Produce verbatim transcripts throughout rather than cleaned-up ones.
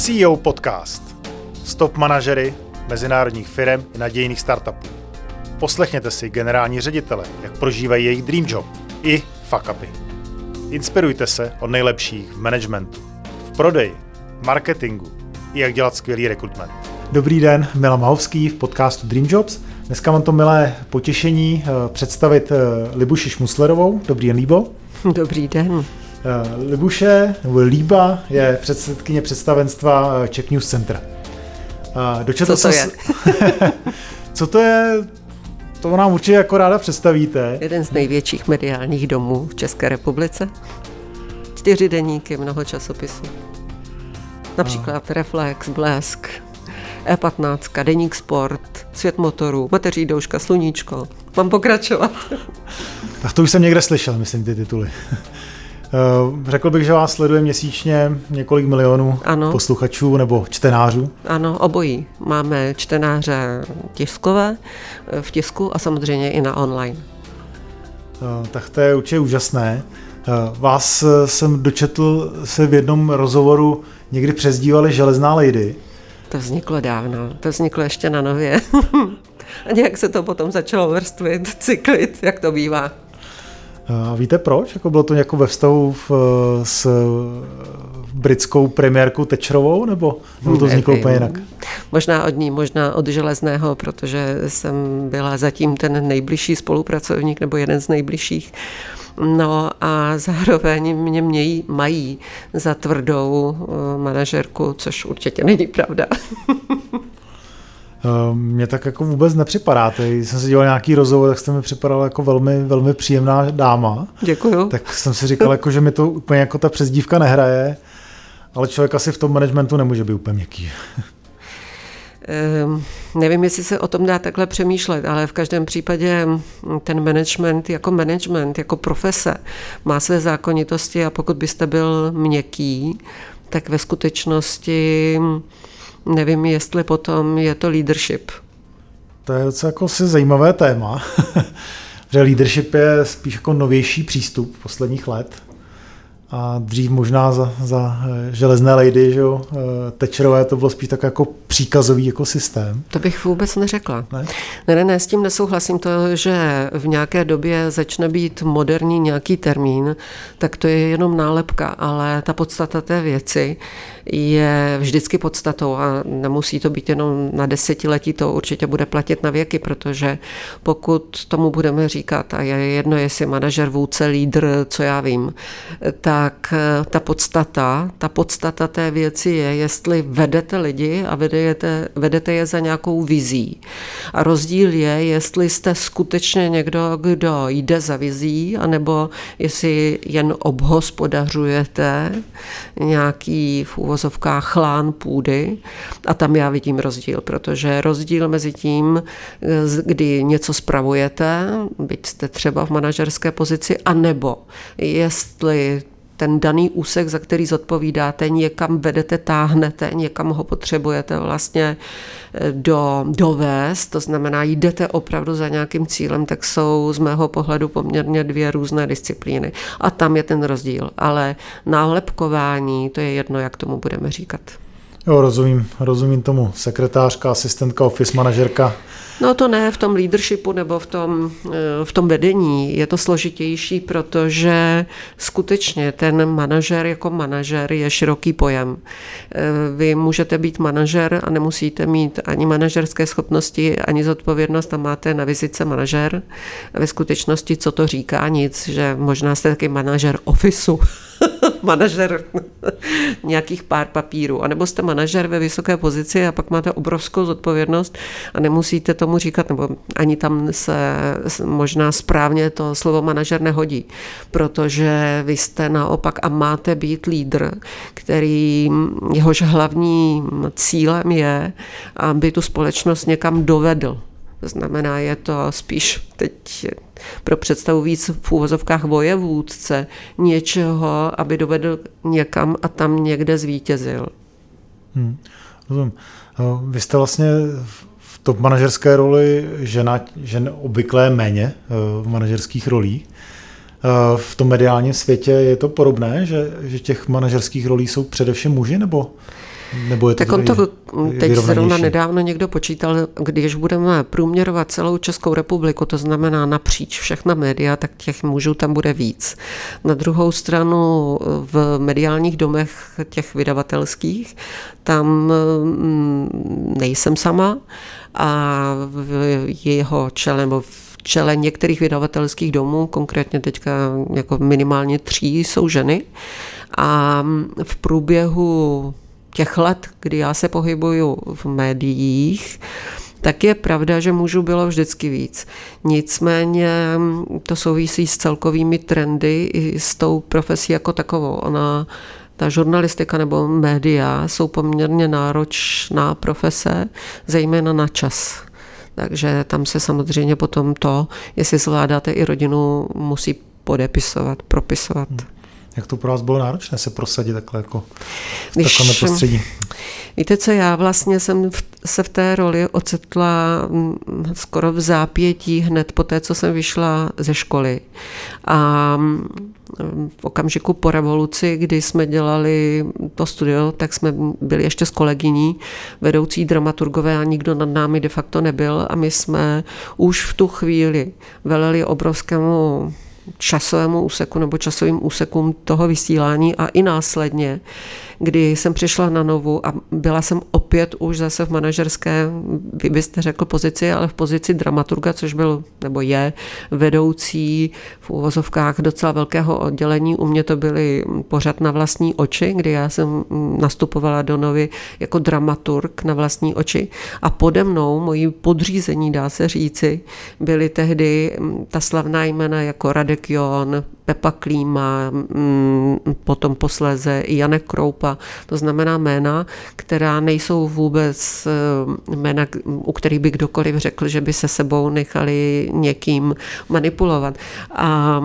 C E O Podcast. Stop manažery mezinárodních firem i nadějných startupů. Poslechněte si generální ředitele, jak prožívají jejich dream job i fuck upy. Inspirujte se od nejlepších v managementu, v prodeji, marketingu i jak dělat skvělý rekrutment. Dobrý den, Milan Mahovský v podcastu Dream Jobs. Dneska mám to milé potěšení představit Libuši Šmuslerovou. Dobrý den, Líbo. Dobrý den. Libuše, nebo Líba, je předsedkyně představenstva Czech News Center. Dočetl Co to je? Co to je? To nám určitě jako ráda představíte. Jeden z největších mediálních domů v České republice. Čtyři deníky, mnoho časopisů. Například a. Reflex, Blesk, E patnáct, Deník Sport, Svět motorů, Mateří douška, Sluníčko. Mám pokračovat. Tak to už jsem někde slyšel, myslím, ty tituly. Řekl bych, že vás sleduje měsíčně několik milionů ano. posluchačů nebo čtenářů. Ano, obojí. Máme čtenáře tiskové v tisku a samozřejmě i na online. Tak to je určitě úžasné. Vás jsem dočetl se v jednom rozhovoru někdy přezdívali Železná lady. To vzniklo dávno, to vzniklo ještě na Nově. A nějak se to potom začalo vrstvit, cyklit, jak to bývá. A víte proč? Jako bylo to jako ve vztahu v, s britskou premiérkou Thatcherovou, nebo, nebo to vzniklo úplně jinak? Možná od ní, možná od Železného, protože jsem byla zatím ten nejbližší spolupracovník nebo jeden z nejbližších. No a zároveň mě mějí, mají za tvrdou manažerku, což určitě není pravda. Mně tak jako vůbec nepřipadáte. Když jsem si dělal nějaký rozhovor, tak jste mi připadala jako velmi, velmi příjemná dáma. Děkuju. Tak jsem si říkal, jako, že mi to úplně jako ta přezdívka nehraje, ale člověk asi v tom managementu nemůže být úplně měkký. Um, nevím, jestli se o tom dá takhle přemýšlet, ale v každém případě ten management jako management, jako profese má své zákonitosti a pokud byste byl měkký, tak ve skutečnosti nevím, jestli potom je to leadership. To je docela jako si zajímavé téma, že leadership je spíš jako novější přístup posledních let. A dřív možná za, za Železné lady, že jo, Thatcherové, to bylo spíš tak jako příkazový jako systém. To bych vůbec neřekla. Ne? Ne, ne, ne, s tím nesouhlasím. To, že v nějaké době začne být moderní nějaký termín, tak to je jenom nálepka, ale ta podstata té věci je vždycky podstatou a nemusí to být jenom na desetiletí, to určitě bude platit na věky, protože pokud tomu budeme říkat, a je jedno, jestli manažer, vůdce, lídr, co já vím, tak ta podstata, ta podstata té věci je, jestli vedete lidi a vedete, vedete je za nějakou vizí. A rozdíl je, jestli jste skutečně někdo, kdo jde za vizí, anebo jestli jen obhospodařujete nějaký v uvozovkách chlán půdy. A tam já vidím rozdíl, protože rozdíl mezi tím, kdy něco spravujete, byť jste třeba v manažerské pozici, anebo jestli ten daný úsek, za který zodpovídáte, někam vedete, táhnete, někam ho potřebujete vlastně do, dovést, to znamená, jdete opravdu za nějakým cílem, tak jsou z mého pohledu poměrně dvě různé disciplíny. A tam je ten rozdíl. Ale nálepkování, to je jedno, jak tomu budeme říkat. Jo, rozumím, rozumím tomu. Sekretářka, asistentka, office manažerka. No to ne v tom leadershipu nebo v tom, v tom vedení. Je to složitější, protože skutečně ten manažer jako manažer je široký pojem. Vy můžete být manažer a nemusíte mít ani manažerské schopnosti, ani zodpovědnost a máte na vizice manažer. A ve skutečnosti, co to říká? Nic, že možná jste taky manažer ofisu. manažer nějakých pár papírů. A nebo jste manažer ve vysoké pozici a pak máte obrovskou zodpovědnost a nemusíte tomu říkat, nebo ani tam se možná správně to slovo manažer nehodí, protože vy jste naopak a máte být lídr, který jehož hlavním cílem je, aby tu společnost někam dovedl. To znamená, je to spíš teď pro představu víc v úvozovkách vojevůdce něčeho, aby dovedl někam a tam někde zvítězil. Hmm, rozumím. Vy jste vlastně v top manažerské roli žena, žen obvykle méně v manažerských rolích. V tom mediálním světě je to podobné, že, že těch manažerských rolí jsou především muži, nebo? Nebo je to tak on to teď zrovna nedávno nedávno někdo počítal, když budeme průměrovat celou Českou republiku, to znamená napříč všechna média, tak těch mužů tam bude víc. Na druhou stranu v mediálních domech těch vydavatelských, tam nejsem sama a v jeho čele, nebo v čele některých vydavatelských domů, konkrétně teďka jako minimálně tří jsou ženy a v průběhu těch let, kdy já se pohybuju v médiích, tak je pravda, že mužů bylo vždycky víc. Nicméně to souvisí s celkovými trendy i s tou profesí jako takovou. Ona, ta žurnalistika nebo média jsou poměrně náročná profese, zejména na čas. Takže tam se samozřejmě potom to, jestli zvládáte i rodinu, musí podepisovat, propisovat. Hmm. Jak to pro vás bylo náročné se prosadit takhle jako v takovém prostředí? Víte co, já vlastně jsem v, se v té roli ocitla skoro v zápětí hned po té, co jsem vyšla ze školy. A v okamžiku po revoluci, kdy jsme dělali to studio, tak jsme byli ještě s kolegyní, vedoucí dramaturgové a nikdo nad námi de facto nebyl a my jsme už v tu chvíli veleli obrovskému časovému úseku nebo časovým úsekům toho vysílání a i následně, kdy jsem přišla na Novu a byla jsem opět už zase v manažerské, vy byste řekl pozici, ale v pozici dramaturga, což byl nebo je vedoucí v uvozovkách docela velkého oddělení. U mě to byly pořad Na vlastní oči, kdy já jsem nastupovala do Novy jako dramaturg Na vlastní oči a pode mnou, mojí podřízení, dá se říci, byly tehdy ta slavná jména jako Radek John, Pepa Klíma, potom posléze i Janek Kroupa. To znamená jména, která nejsou vůbec jména, u kterých by kdokoliv řekl, že by se sebou nechali někým manipulovat. A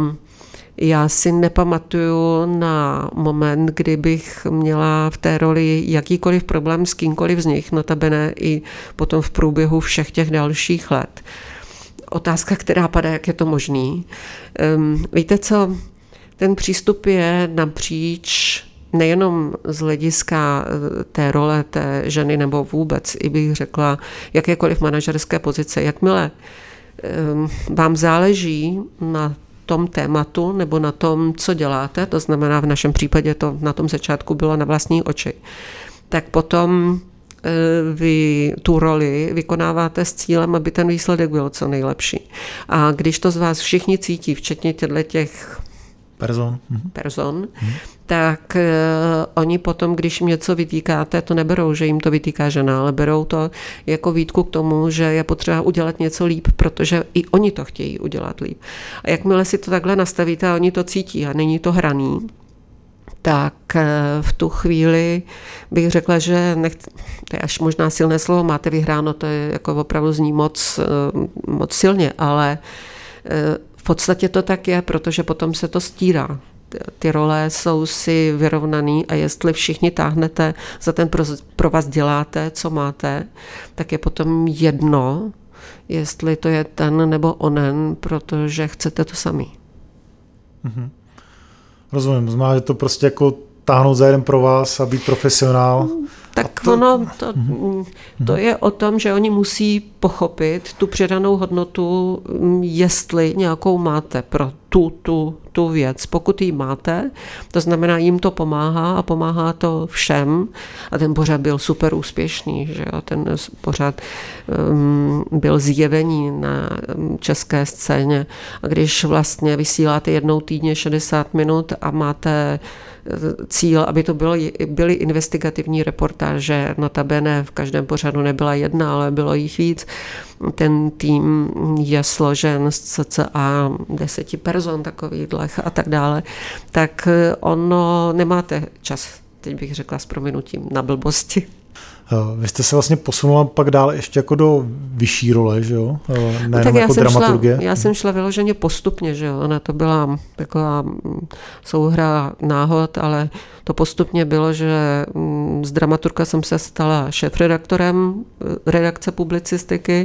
já si nepamatuju na moment, kdy bych měla v té roli jakýkoliv problém s kýmkoliv z nich, notabene i potom v průběhu všech těch dalších let. Otázka, která padá, jak je to možný. Um, víte co, ten přístup je napříč nejenom z hlediska té role té ženy nebo vůbec, i bych řekla, jakékoliv manažerské pozice. Jakmile um, vám záleží na tom tématu nebo na tom, co děláte, to znamená v našem případě to na tom začátku bylo Na vlastní oči, tak potom vy tu roli vykonáváte s cílem, aby ten výsledek byl co nejlepší. A když to z vás všichni cítí, včetně těch person, person hmm. tak uh, oni potom, když jim něco vytýkáte, to neberou, že jim to vytýká žena, ale berou to jako výtku k tomu, že je potřeba udělat něco líp, protože i oni to chtějí udělat líp. A jakmile si to takhle nastavíte a oni to cítí a není to hraný, tak v tu chvíli bych řekla, že nech, to je až možná silné slovo, máte vyhráno, to je jako opravdu zní moc, moc silně, ale v podstatě to tak je, protože potom se to stírá. Ty role jsou si vyrovnaný a jestli všichni táhnete za ten pro vás děláte, co máte, tak je potom jedno, jestli to je ten nebo onen, protože chcete to sami. Mhm. Rozumím, znamená, že to prostě jako táhnout za jeden pro vás a být profesionál. Tak to, ono, to, to je o tom, že oni musí pochopit tu přidanou hodnotu, jestli nějakou máte pro tu, tu, tu věc. Pokud ji máte, to znamená, jim to pomáhá a pomáhá to všem. A ten pořad byl super úspěšný, že jo? Ten pořad um, byl zjevení na české scéně. A když vlastně vysíláte jednou týdně šedesát minut a máte cíl, aby to bylo, byly investigativní reportáže, notabene v každém pořadu nebyla jedna, ale bylo jich víc. Ten tým je složen z cca deseti person takovýhlech a tak dále, tak ono nemáte čas, teď bych řekla s prominutím, na blbosti. Vy jste se vlastně posunula pak dál ještě jako do vyšší role, že jo? Ne no tak já, jako jsem šla, já jsem šla vyloženě postupně, že jo? Ona to byla taková souhra náhod, ale to postupně bylo, že z dramaturka jsem se stala šéfredaktorem redakce publicistiky.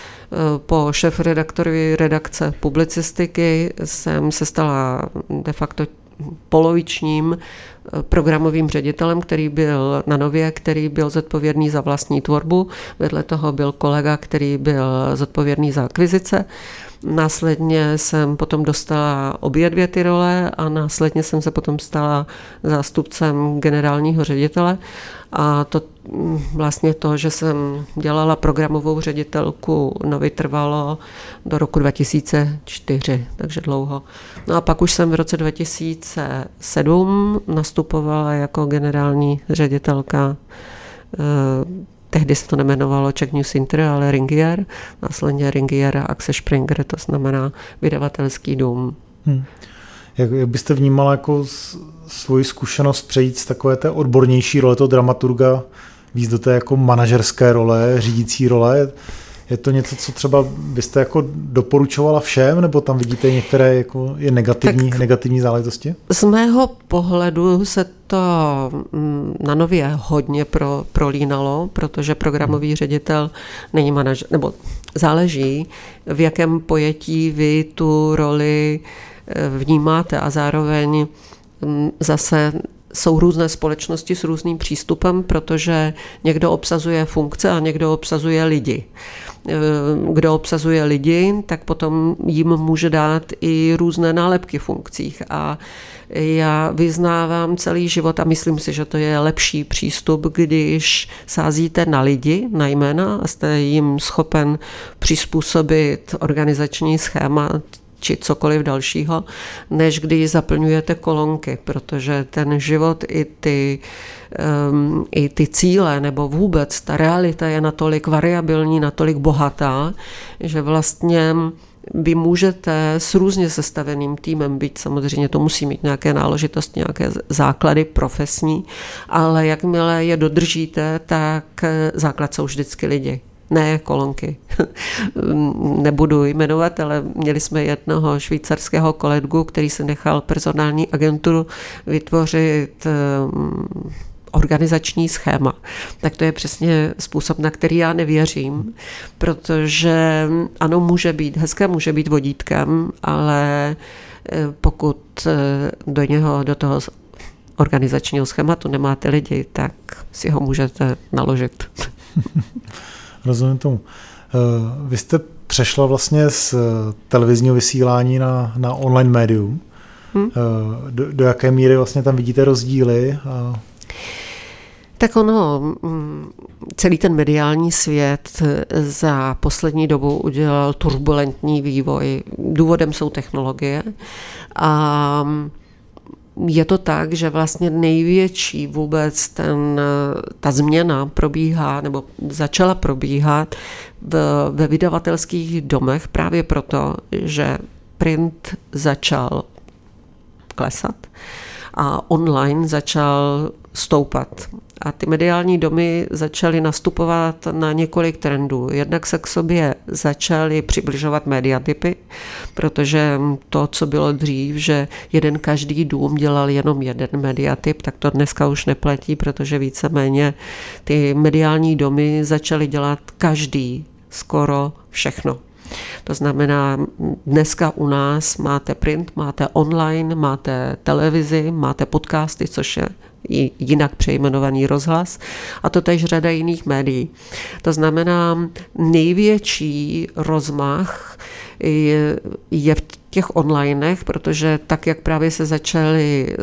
Po šéfredaktorovi redakce publicistiky jsem se stala de facto polovičním programovým ředitelem, který byl na Nově, který byl zodpovědný za vlastní tvorbu. Vedle toho byl kolega, který byl zodpovědný za akvizice. Následně jsem potom dostala obě dvě ty role a následně jsem se potom stala zástupcem generálního ředitele. A to vlastně to, že jsem dělala programovou ředitelku, Novy trvalo do roku dva tisíce čtyři, takže dlouho. No a pak už jsem v roce dva tisíce sedm nastupovala jako generální ředitelka. Tehdy se to nemenovalo Czech News Inter, ale Ringier, následně Ringier a Axel Springer, to znamená vydavatelský dům. Hmm. Jak, jak byste vnímala jako svoji zkušenost přejít z takové té odbornější role toho dramaturga víc do té jako manažerské role, řídící role? Je to něco, co třeba byste jako doporučovala všem, nebo tam vidíte některé jako je negativní, negativní záležitosti? Z mého pohledu se to na Nově hodně pro, prolínalo, protože programový hmm. ředitel není manažer, nebo záleží, v jakém pojetí vy tu roli vnímáte a zároveň zase jsou různé společnosti s různým přístupem, protože někdo obsazuje funkce a někdo obsazuje lidi. Kdo obsazuje lidi, tak potom jim může dát i různé nálepky funkcích. A já vyznávám celý život a myslím si, že to je lepší přístup, když sázíte na lidi, na jména a jste jim schopen přizpůsobit organizační schéma či cokoliv dalšího, než když zaplňujete kolonky, protože ten život i ty, um, i ty cíle nebo vůbec ta realita je natolik variabilní, natolik bohatá, že vlastně vy můžete s různě sestaveným týmem být, samozřejmě to musí mít nějaké náležitosti, nějaké základy profesní, ale jakmile je dodržíte, tak základ jsou vždycky lidi. Ne kolonky. Nebudu jmenovat, ale měli jsme jednoho švýcarského kolegu, který se nechal personální agenturu vytvořit organizační schéma. Tak to je přesně způsob, na který já nevěřím, protože ano, může být hezké, může být vodítkem, ale pokud do něho, do toho organizačního schématu nemáte lidi, tak si ho můžete naložit. Rozumím tomu. Vy jste přešla vlastně z televizního vysílání na, na online médium. Hmm. Do, do jaké míry vlastně tam vidíte rozdíly? A... Tak ono, celý ten mediální svět za poslední dobu udělal turbulentní vývoj. Důvodem jsou technologie a je to tak, že vlastně největší vůbec ten, ta změna probíhá, nebo začala probíhat v, ve vydavatelských domech právě proto, že print začal klesat a online začal stoupat. A ty mediální domy začaly nastupovat na několik trendů. Jednak se k sobě začaly přibližovat mediatypy, protože to, co bylo dřív, že jeden každý dům dělal jenom jeden mediatyp, tak to dneska už neplatí, protože víceméně ty mediální domy začaly dělat každý skoro všechno. To znamená, dneska u nás máte print, máte online, máte televizi, máte podcasty, což je jinak přejmenovaný rozhlas a to též řada jiných médií. To znamená, největší rozmach je, je v těch onlinech, protože tak, jak právě se začaly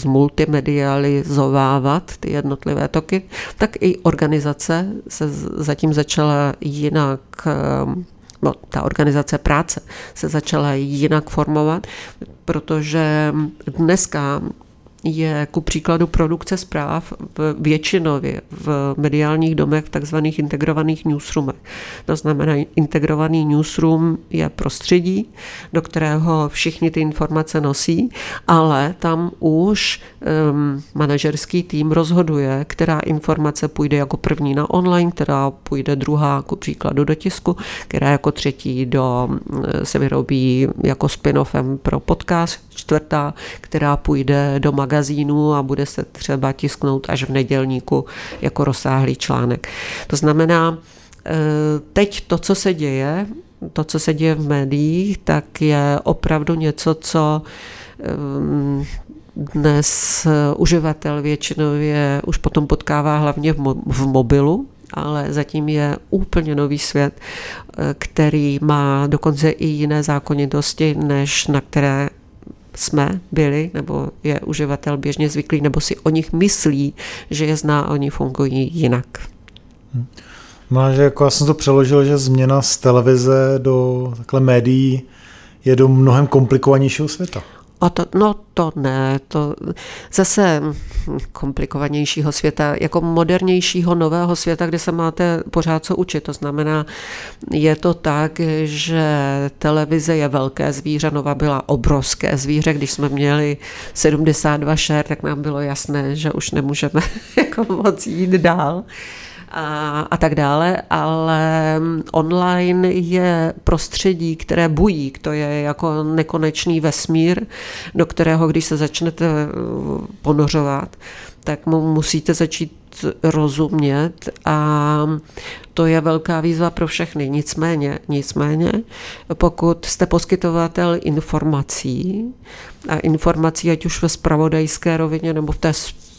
zmultimedializovávat ty jednotlivé toky, tak i organizace se zatím začala jinak No, ta organizace práce se začala jinak formovat, protože dneska je ku příkladu produkce zpráv v většinově v mediálních domech v takzvaných integrovaných newsroomech. To znamená, integrovaný newsroom je prostředí, do kterého všichni ty informace nosí, ale tam už um, manažerský tým rozhoduje, která informace půjde jako první na online, která půjde druhá ku příkladu do tisku, která jako třetí do, se vyrobí jako spin-offem pro podcast, čtvrtá, která půjde do magazínu a bude se třeba tisknout až v nedělníku jako rozsáhlý článek. To znamená, teď to, co se děje, to, co se děje v médiích, tak je opravdu něco, co dnes uživatel většinově už potom potkává hlavně v, mo- v mobilu, ale zatím je úplně nový svět, který má dokonce i jiné zákonitosti, než na které jsme byli, nebo je uživatel běžně zvyklý, nebo si o nich myslí, že je zná a oni fungují jinak. Hmm. Má, že jako já jsem to přeložil, že změna z televize do takhle médií je do mnohem komplikovanějšího světa. A to, no to ne, to zase komplikovanějšího světa, jako modernějšího nového světa, kde se máte pořád co učit. To znamená, je to tak, že televize je velké zvíře, Nova byla obrovské zvíře. Když jsme měli sedmdesát dva šer, tak nám bylo jasné, že už nemůžeme jako moc jít dál. A, a tak dále, ale online je prostředí, které bují, to je jako nekonečný vesmír, do kterého, když se začnete ponořovat, tak mu musíte začít rozumět a to je velká výzva pro všechny. Nicméně, nicméně, pokud jste poskytovatel informací a informací, ať už ve zpravodajské rovině nebo v té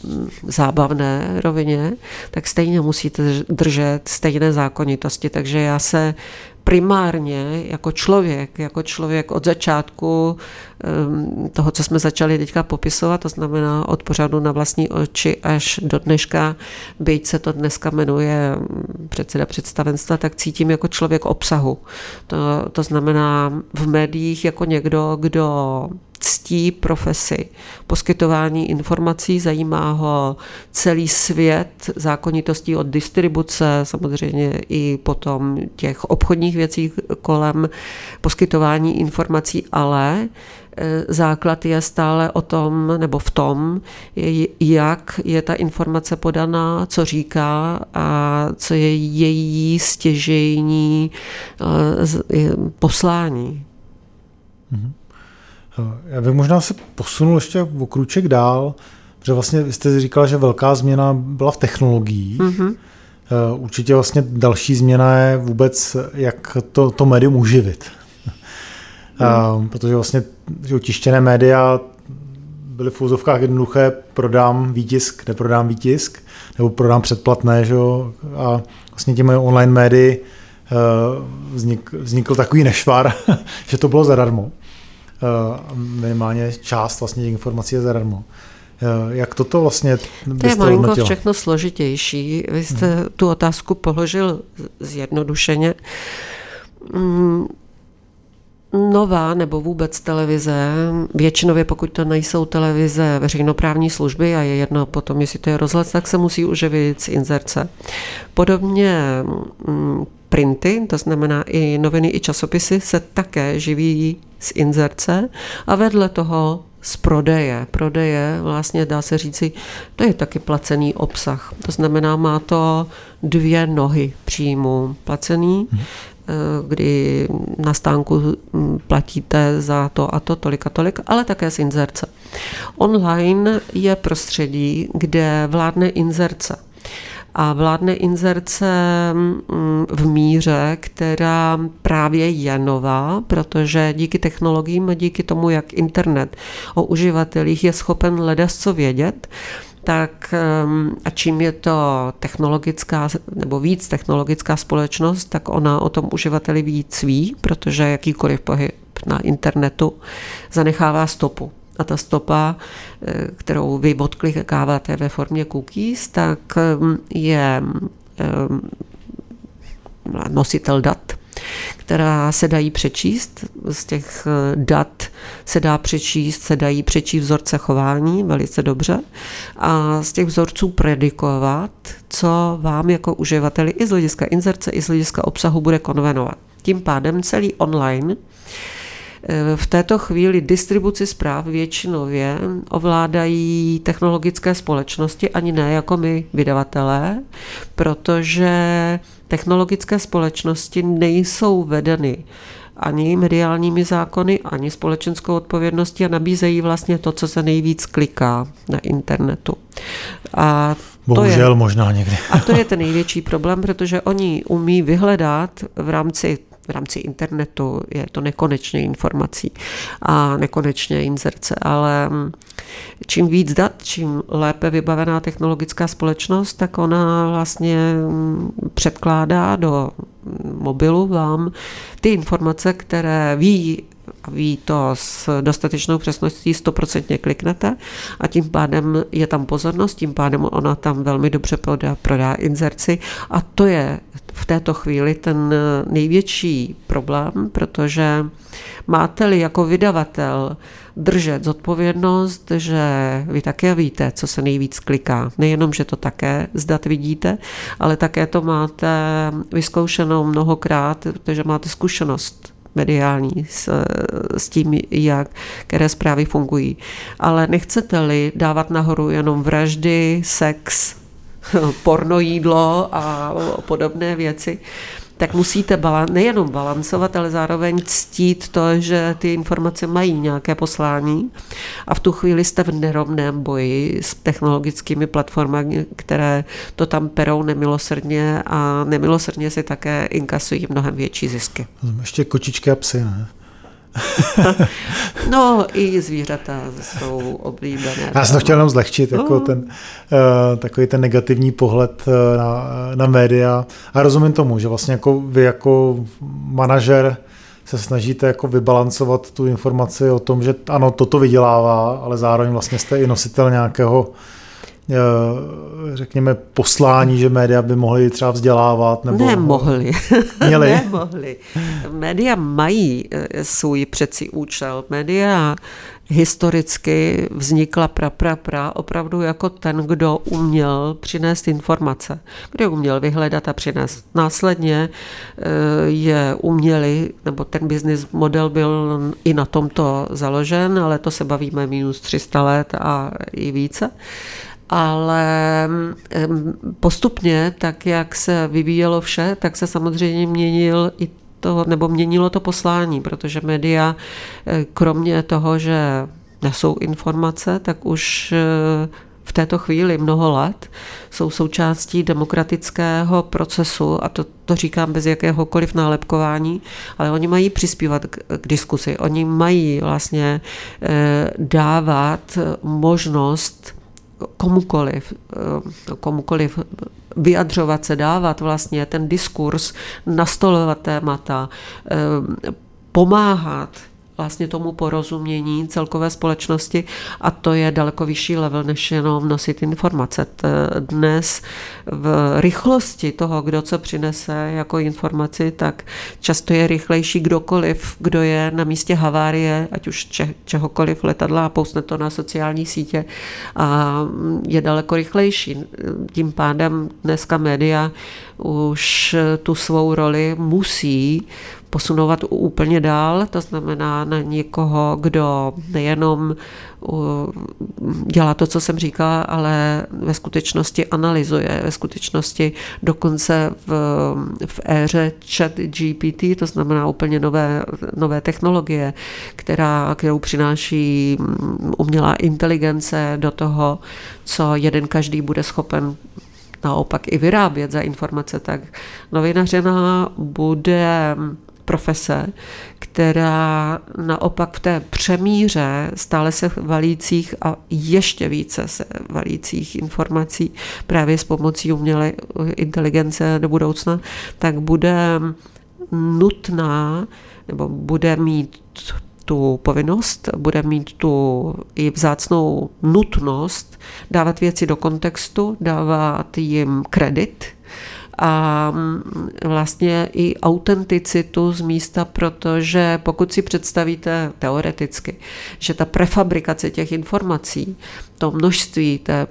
zábavné rovině, tak stejně musíte držet stejné zákonitosti. Takže já se primárně jako člověk, jako člověk od začátku toho, co jsme začali teďka popisovat, to znamená od pořadu Na vlastní oči až do dneška, byť se to dneska jmenuje předseda představenstva, tak cítím jako člověk obsahu. To, to znamená v médiích jako někdo, kdo ctí profesi poskytování informací, zajímá ho celý svět zákonitostí od distribuce, samozřejmě i potom těch obchodních věcí kolem poskytování informací, ale základ je stále o tom, nebo v tom, jak je ta informace podaná, co říká a co je její stěžejní poslání. Mhm. Já bych možná se posunul ještě o krůček dál, protože vlastně vy jste říkala, že velká změna byla v technologiích. Mm-hmm. Určitě vlastně další změna je vůbec, jak to, to médium uživit. Mm. Protože vlastně že tištěné média byly v úzovkách jednoduché, prodám výtisk, neprodám výtisk, nebo prodám předplatné, že jo? A vlastně těmi online médii vznik, vznikl takový nešvar, že to bylo zadarmo. Minimálně část vlastně těch informací je zadarmo. Jak toto vlastně to je malinko hodnotila? Všechno složitější. Vy jste hmm. tu otázku položil zjednodušeně. Nová nebo vůbec televize, většinově pokud to nejsou televize veřejnoprávní služby a je jedno potom, jestli to je rozhlas, tak se musí uživit z inzerce. Podobně printy, to znamená i noviny, i časopisy se také živí z inzerce a vedle toho z prodeje. Prodeje vlastně dá se říci, to je taky placený obsah. To znamená, má to dvě nohy příjmu. Placený, hmm. kdy na stánku platíte za to a to, tolik a tolik, ale také z inzerce. Online je prostředí, kde vládne inzerce. A vládne inzerce v míře, která právě je nová, protože díky technologiím a díky tomu, jak internet o uživatelích je schopen ledasco vědět, tak a čím je to technologická nebo víc technologická společnost, tak ona o tom uživateli víc ví, protože jakýkoliv pohyb na internetu zanechává stopu. A ta stopa, kterou vy odklikáváte ve formě cookies, tak je nositel dat, která se dají přečíst. Z těch dat se dá přečíst, se dají přečíst vzorce chování velice dobře a z těch vzorců predikovat, co vám jako uživateli i z hlediska inzerce, i z hlediska obsahu bude konvenovat. Tím pádem celý online v této chvíli distribuci zpráv většinově ovládají technologické společnosti, ani ne jako my vydavatelé, protože technologické společnosti nejsou vedeny ani mediálními zákony, ani společenskou odpovědností a nabízejí vlastně to, co se nejvíc kliká na internetu. A Bohužel je, možná někdy. A to je ten největší problém, protože oni umí vyhledat v rámci v rámci internetu je to nekonečně informací a nekonečně inzerce, ale čím víc dat, čím lépe vybavená technologická společnost, tak ona vlastně předkládá do mobilu vám ty informace, které ví, a ví to s dostatečnou přesností, stoprocentně kliknete a tím pádem je tam pozornost, tím pádem ona tam velmi dobře prodá, prodá inzerci a to je v této chvíli ten největší problém, protože máte-li jako vydavatel držet zodpovědnost, že vy také víte, co se nejvíc kliká. Nejenom, že to také z dat vidíte, ale také to máte vyzkoušeno mnohokrát, protože máte zkušenost mediální s, s tím, jak, které zprávy fungují. Ale nechcete-li dávat nahoru jenom vraždy, sex, pornojídlo a podobné věci, tak musíte balan- nejenom balancovat, ale zároveň ctít to, že ty informace mají nějaké poslání a v tu chvíli jste v nerovném boji s technologickými platformami, které to tam perou nemilosrdně a nemilosrdně si také inkasují mnohem větší zisky. Ještě kočičky a psy, ne? No, i zvířata jsou oblíbené. Já jsem to chtěl jenom zlehčit, jako no. ten, uh, takový ten negativní pohled na, na média. A rozumím tomu, že vlastně jako vy jako manažer se snažíte jako vybalancovat tu informaci o tom, že ano, toto vydělává, ale zároveň vlastně jste i nositel nějakého řekněme poslání, že média by mohly třeba vzdělávat nebo... Nemohli. Měli? Nemohli. Média mají svůj přeci účel. Média historicky vznikla pra, pra, pra opravdu jako ten, kdo uměl přinést informace, kdo uměl vyhledat a přinést. Následně je uměli, nebo ten business model byl i na tomto založen, ale to se bavíme minus tři sta let a i více. Ale postupně, tak jak se vyvíjelo vše, tak se samozřejmě měnil i to, nebo měnilo to poslání, protože média, kromě toho, že nesou informace, tak už v této chvíli mnoho let jsou součástí demokratického procesu a to, to říkám bez jakéhokoliv nálepkování, ale oni mají přispívat k, k diskusi, oni mají vlastně dávat možnost komukoliv, komukoliv vyjadřovat se, dávat vlastně ten diskurs, nastolovat témata, pomáhat vlastně tomu porozumění celkové společnosti a to je daleko vyšší level, než jenom nosit informace. Dnes v rychlosti toho, kdo co přinese jako informaci, tak často je rychlejší kdokoliv, kdo je na místě havárie, ať už če- čehokoliv letadla a pousne to na sociální sítě a je daleko rychlejší. Tím pádem dneska média už tu svou roli musí posunovat úplně dál, to znamená na někoho, kdo nejenom dělá to, co jsem říkala, ale ve skutečnosti analyzuje, ve skutečnosti dokonce v, v éře chat G P T, to znamená úplně nové, nové technologie, která, kterou přináší umělá inteligence do toho, co jeden každý bude schopen naopak i vyrábět za informace, tak novinařina bude profese, která naopak v té přemíře stále se valících a ještě více se valících informací právě s pomocí umělé inteligence do budoucna, tak bude nutná nebo bude mít tu povinnost, bude mít tu i vzácnou nutnost dávat věci do kontextu, dávat jim kredit a vlastně i autenticitu z místa, protože pokud si představíte teoreticky, že ta prefabrikace těch informací, to množství, té,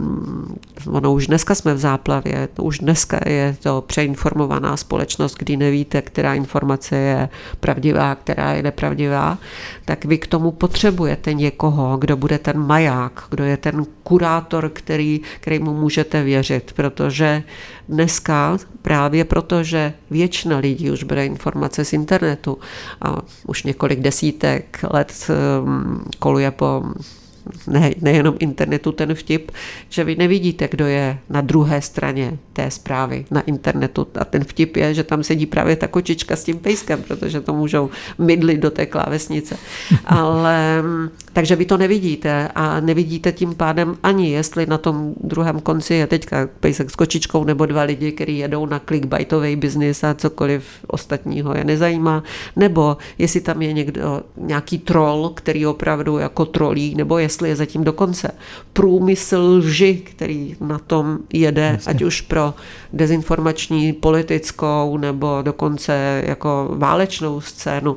ono už dneska jsme v záplavě, už dneska je to přeinformovaná společnost, kdy nevíte, která informace je pravdivá, která je nepravdivá, tak vy k tomu potřebujete někoho, kdo bude ten maják, kdo je ten kurátor, který, kterému můžete věřit, protože dneska právě proto, že většina lidí už bere informace z internetu a už několik desítek let koluje po ne, nejenom internetu ten vtip, že vy nevidíte, kdo je na druhé straně té zprávy na internetu. A ten vtip je, že tam sedí právě ta kočička s tím pejskem, protože to můžou mydlit do té klávesnice. Ale takže vy to nevidíte a nevidíte tím pádem ani, jestli na tom druhém konci je teďka pejsek s kočičkou nebo dva lidi, kteří jedou na clickbaitový biznis a cokoliv ostatního je nezajímá, nebo jestli tam je někdo, nějaký troll, který opravdu jako trolí, nebo jestli je zatím dokonce průmysl lži, který na tom jede, Jasně. ať už pro dezinformační, politickou, nebo dokonce jako válečnou scénu.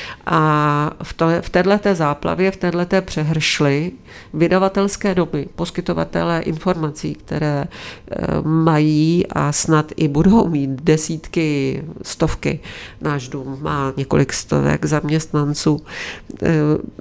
A v, to, v téhleté záplavě, v téhleté přehršli vydavatelské domy, poskytovatelé informací, které e, mají a snad i budou mít desítky, stovky. Náš dům má několik stovek zaměstnanců, e,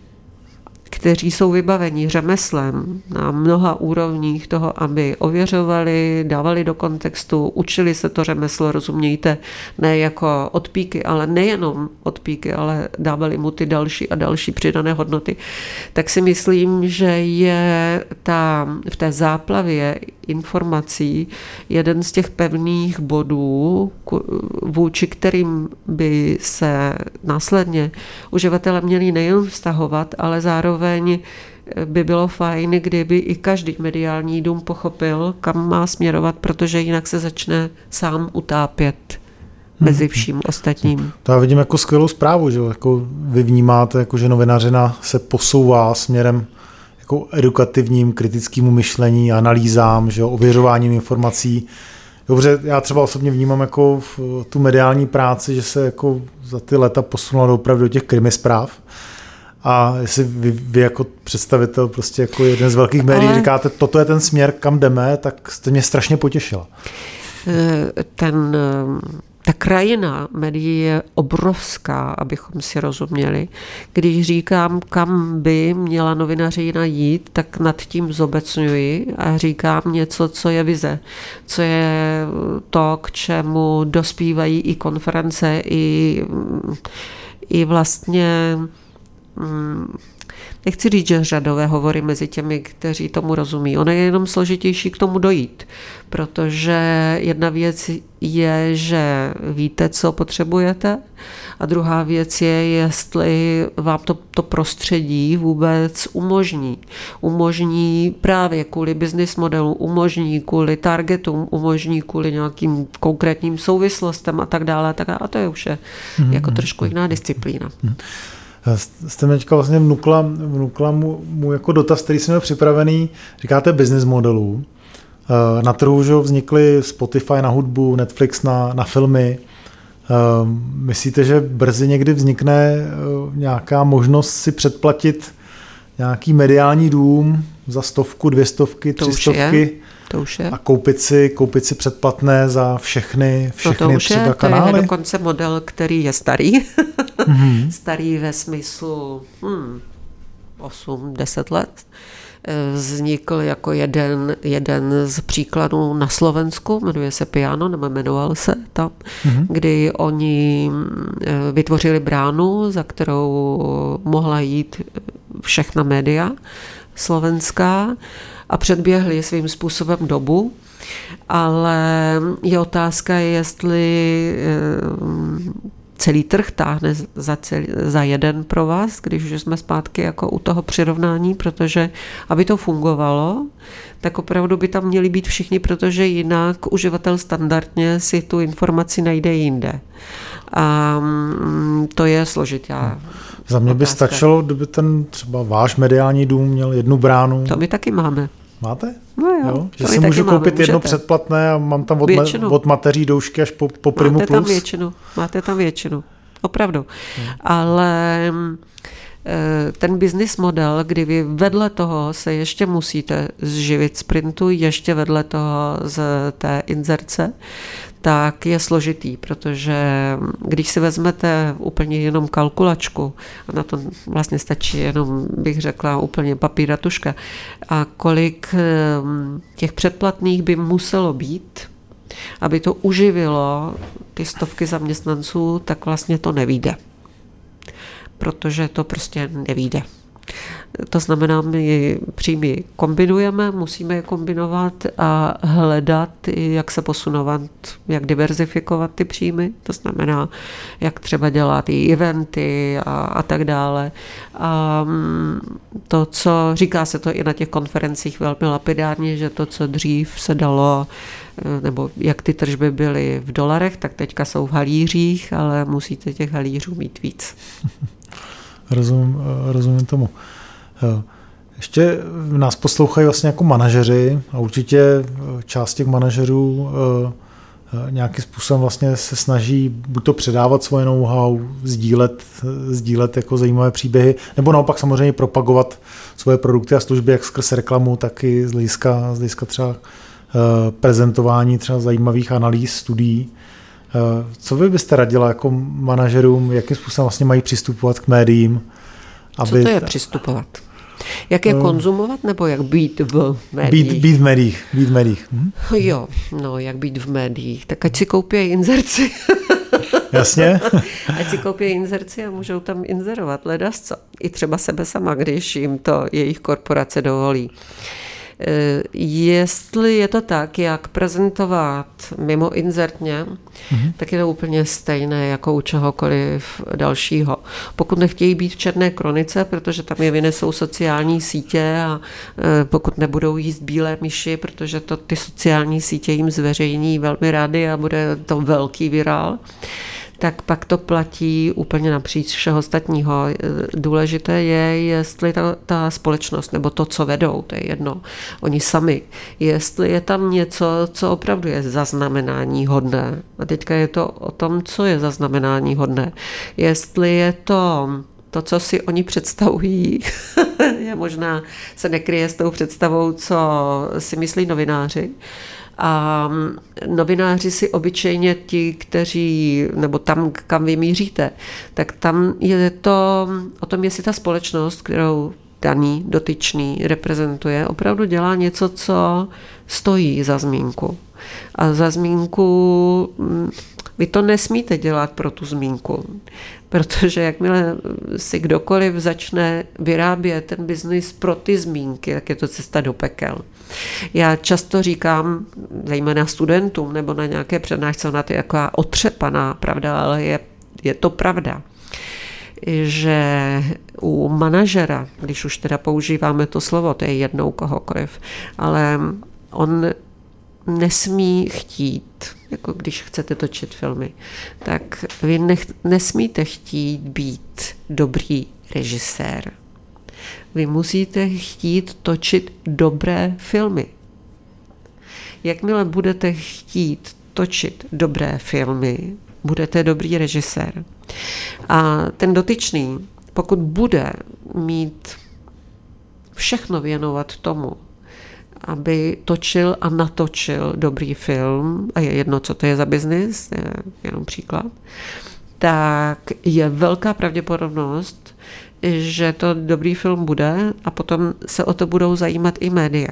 kteří jsou vybaveni řemeslem na mnoha úrovních toho, aby ověřovali, dávali do kontextu, učili se to řemeslo, rozumějte, ne jako odpíky, ale nejenom odpíky, ale dávali mu ty další a další přidané hodnoty, tak si myslím, že je ta, v té záplavě informací jeden z těch pevných bodů, vůči kterým by se následně uživatelé měli nejen vztahovat, ale zároveň by bylo fajn, kdyby i každý mediální dům pochopil, kam má směrovat, protože jinak se začne sám utápět mezi vším ostatním. To já vidím jako skvělou zprávu, že jako vy vnímáte, jako že novinařina se posouvá směrem jako edukativním, kritickému myšlení, analýzám, že jo, ověřováním informací. Dobře, já třeba osobně vnímám jako tu mediální práci, že se jako za ty léta posunula opravdu do těch krimi zpráv. A jestli vy, vy jako představitel, prostě jako jeden z velkých médií, ale říkáte, toto je ten směr, kam jdeme, tak jste mě strašně potěšila. Ten... Ta krajina médií je obrovská, abychom si rozuměli. Když říkám, kam by měla novinařina jít, tak nad tím zobecňuji a říkám něco, co je vize, co je to, k čemu dospívají i konference, i, i vlastně... Nechci říct, že řadové hovory mezi těmi, kteří tomu rozumí. Ono je jenom složitější k tomu dojít, protože jedna věc je, že víte, co potřebujete, a druhá věc je, jestli vám to, to prostředí vůbec umožní. Umožní právě kvůli business modelu, umožní kvůli targetům, umožní kvůli nějakým konkrétním souvislostem a tak dále. A, tak dále. A to je už je mm-hmm. jako trošku jiná disciplína. Mm-hmm. Jste mě teďka vlastně vnukla, vnukla mu, mu jako dotaz, který jsme měl připravený, říkáte business modelů. Na trhu že vznikly Spotify na hudbu, Netflix na, na filmy. Myslíte, že brzy někdy vznikne nějaká možnost si předplatit nějaký mediální dům za stovku, dvě stovky, tři stovky? To už je. A koupit si, koupit si předplatné za všechny, všechny no to už třeba je, kanály? To je dokonce model, který je starý. Mm-hmm. Starý ve smyslu hmm, osm deset let. Vznikl jako jeden, jeden z příkladů na Slovensku, jmenuje se Piano, nebo jmenoval se tam, mm-hmm. kdy oni vytvořili bránu, za kterou mohla jít všechna média slovenská, a předběhli svým způsobem dobu, ale je otázka, jestli celý trh táhne za, celý, za jeden pro vás, když už jsme zpátky jako u toho přirovnání, protože aby to fungovalo, tak opravdu by tam měli být všichni, protože jinak uživatel standardně si tu informaci najde jinde. A to je složitá. Za mě by otázka. Stačilo, kdyby ten třeba váš mediální dům měl jednu bránu. To my taky máme. Máte? No jo. jo? Že si můžu koupit máme, jedno předplatné a mám tam od, me, od mateří doušky až po, po Primu Máte plus. Tam většinu. Máte tam většinu. Opravdu. Hmm. Ale ten business model, kdy vy vedle toho se ještě musíte zživit z printu, ještě vedle toho z té inzerce, tak je složitý, protože když si vezmete úplně jenom kalkulačku, a na to vlastně stačí jenom, bych řekla, úplně papír a tuška, a kolik těch předplatných by muselo být, aby to uživilo ty stovky zaměstnanců, tak vlastně to nevyjde. Protože to prostě nevyjde. To znamená, my příjmy kombinujeme, musíme je kombinovat a hledat, jak se posunovat, jak diverzifikovat ty příjmy. To znamená, jak třeba dělat i eventy a, a tak dále. A to, co říká se to i na těch konferencích velmi lapidárně, že to, co dřív se dalo, nebo jak ty tržby byly v dolarech, tak teďka jsou v halířích, ale musíte těch halířů mít víc. Rozumím, rozumím tomu. Ještě nás poslouchají vlastně jako manažeři a určitě část těch manažerů nějakým způsobem vlastně se snaží buď to předávat svoje know-how, sdílet, sdílet jako zajímavé příběhy, nebo naopak samozřejmě propagovat svoje produkty a služby jak skrz reklamu, tak i z hlediska, z hlediska třeba prezentování třeba zajímavých analýz, studií. Co vy byste radila jako manažerům, jakým způsobem vlastně mají přistupovat k médiím? Aby... Co to je přistupovat? Jak je konzumovat, nebo jak být v médiích? Být, být v médiích. Být v médiích. Hm? Jo, no, jak být v médiích. Tak ať si koupí inzerci. Jasně. Ať si koupí inzerci a můžou tam inzerovat ledasco. I třeba sebe sama, když jim to jejich korporace dovolí. Jestli je to tak, jak prezentovat mimo inzertně, mm-hmm. tak je to úplně stejné jako u čehokoliv dalšího. Pokud nechtějí být v černé kronice, protože tam je vynesou sociální sítě a pokud nebudou jíst bílé myši, protože to ty sociální sítě jim zveřejní velmi rády a bude to velký virál, tak pak to platí úplně napříč všeho ostatního. Důležité je, jestli ta, ta společnost, nebo to, co vedou, to je jedno, oni sami, jestli je tam něco, co opravdu je zaznamenání hodné. A teďka je to o tom, co je zaznamenání hodné. Jestli je to to, co si oni představují, je možná se nekryje s tou představou, co si myslí novináři. A novináři si obyčejně ti, kteří, nebo tam, kam vy míříte, tak tam je to o tom, jestli ta společnost, kterou daný dotyčný reprezentuje, opravdu dělá něco, co stojí za zmínku. A za zmínku vy to nesmíte dělat pro tu zmínku, protože jakmile si kdokoliv začne vyrábět ten biznis pro ty zmínky, tak je to cesta do pekel. Já často říkám, zejména studentům nebo na nějaké přednášce, ona to je taková otřepaná pravda, ale je, je to pravda, že u manažera, když už teda používáme to slovo, to je jednou kohokoliv, ale on nesmí chtít, jako když chcete točit filmy, tak vy nech, nesmíte chtít být dobrý režisér. Vy musíte chtít točit dobré filmy. Jakmile budete chtít točit dobré filmy, budete dobrý režisér. A ten dotyčný, pokud bude mít všechno věnovat tomu, aby točil a natočil dobrý film, a je jedno, co to je za biznis, je jenom příklad, tak je velká pravděpodobnost, že to dobrý film bude a potom se o to budou zajímat i média.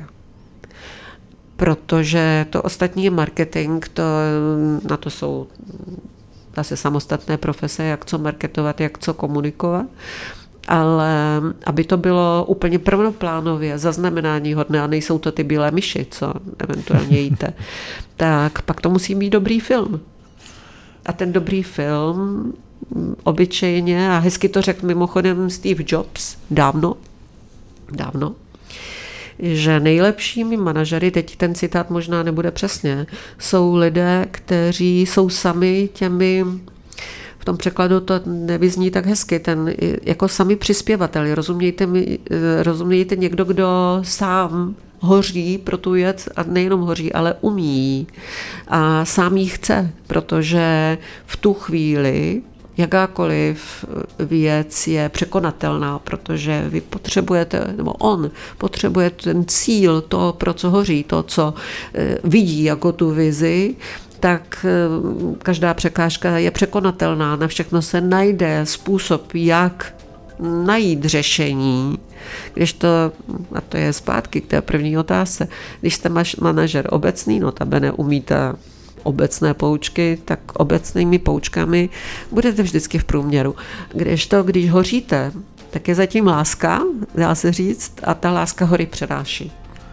Protože to ostatní je marketing, to, na to jsou zase samostatné profese, jak co marketovat, jak co komunikovat. Ale aby to bylo úplně prvoplánově zaznamenání hodné, a nejsou to ty bílé myši, co eventuálně jíte, tak pak to musí být dobrý film. A ten dobrý film obyčejně, a hezky to řekl mimochodem Steve Jobs dávno, dávno, že nejlepšími manažery, teď ten citát možná nebude přesně, jsou lidé, kteří jsou sami těmi, v tom překladu to nevyzní tak hezky, ten jako sami přispěvateli, rozumějte, mi, rozumějte někdo, kdo sám hoří pro tu věc a nejenom hoří, ale umí a sám ji chce, protože v tu chvíli jakákoliv věc je překonatelná, protože vy potřebujete, nebo on potřebuje ten cíl, to, pro co hoří, to, co vidí jako tu vizi, tak každá překážka je překonatelná, na všechno se najde způsob, jak najít řešení, když to, a to je zpátky k té první otázce, když jste manažer obecný, notabene umíte obecné poučky, tak obecnými poučkami budete vždycky v průměru. Když to, když hoříte tak je zatím láska, dá se říct, a ta láska hory přenáší.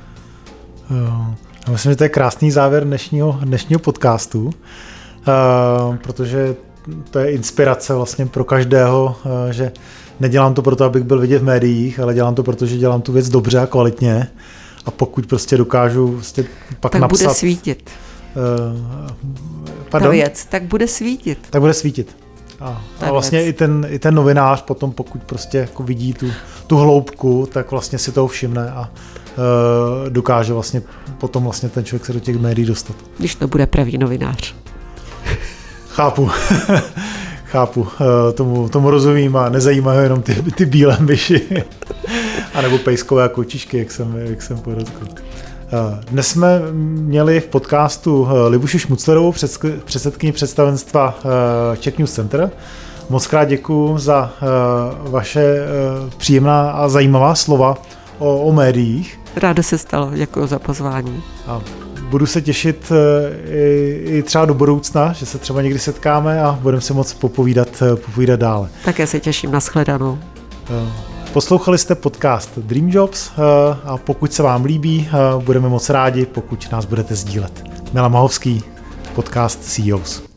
Já myslím, že to je krásný závěr dnešního, dnešního podcastu, uh, protože to je inspirace vlastně pro každého, uh, že nedělám to proto, abych byl vidět v médiích, ale dělám to proto, že dělám tu věc dobře a kvalitně a pokud prostě dokážu prostě pak tak napsat... Tak bude svítit. Uh, pardon? Ta věc, tak bude svítit. Tak bude svítit. A, a vlastně i ten, i ten novinář potom, pokud prostě jako vidí tu, tu hloubku, tak vlastně si toho všimne a uh, dokáže vlastně potom vlastně ten člověk se do těch médií dostat. Když to bude pravý novinář. Chápu. Chápu. Uh, tomu, tomu rozumím a nezajímají jenom ty, ty bílé myši. A nebo pejskové kočičky, jak jsem, jak jsem podotkl. Dnes jsme měli v podcastu Libuši Šmuclerovou, předsedkyni představenstva Czech News Center. Moc krát děkuju za vaše příjemná a zajímavá slova o, o médiích. Ráda se stalo, děkuji za pozvání. A budu se těšit i, i třeba do budoucna, že se třeba někdy setkáme a budeme si moc popovídat, popovídat dále. Také se těším, na shledanou. Poslouchali jste podcast Dream Jobs a pokud se vám líbí, budeme moc rádi, pokud nás budete sdílet. Milan Mahovský, podcast C E Os.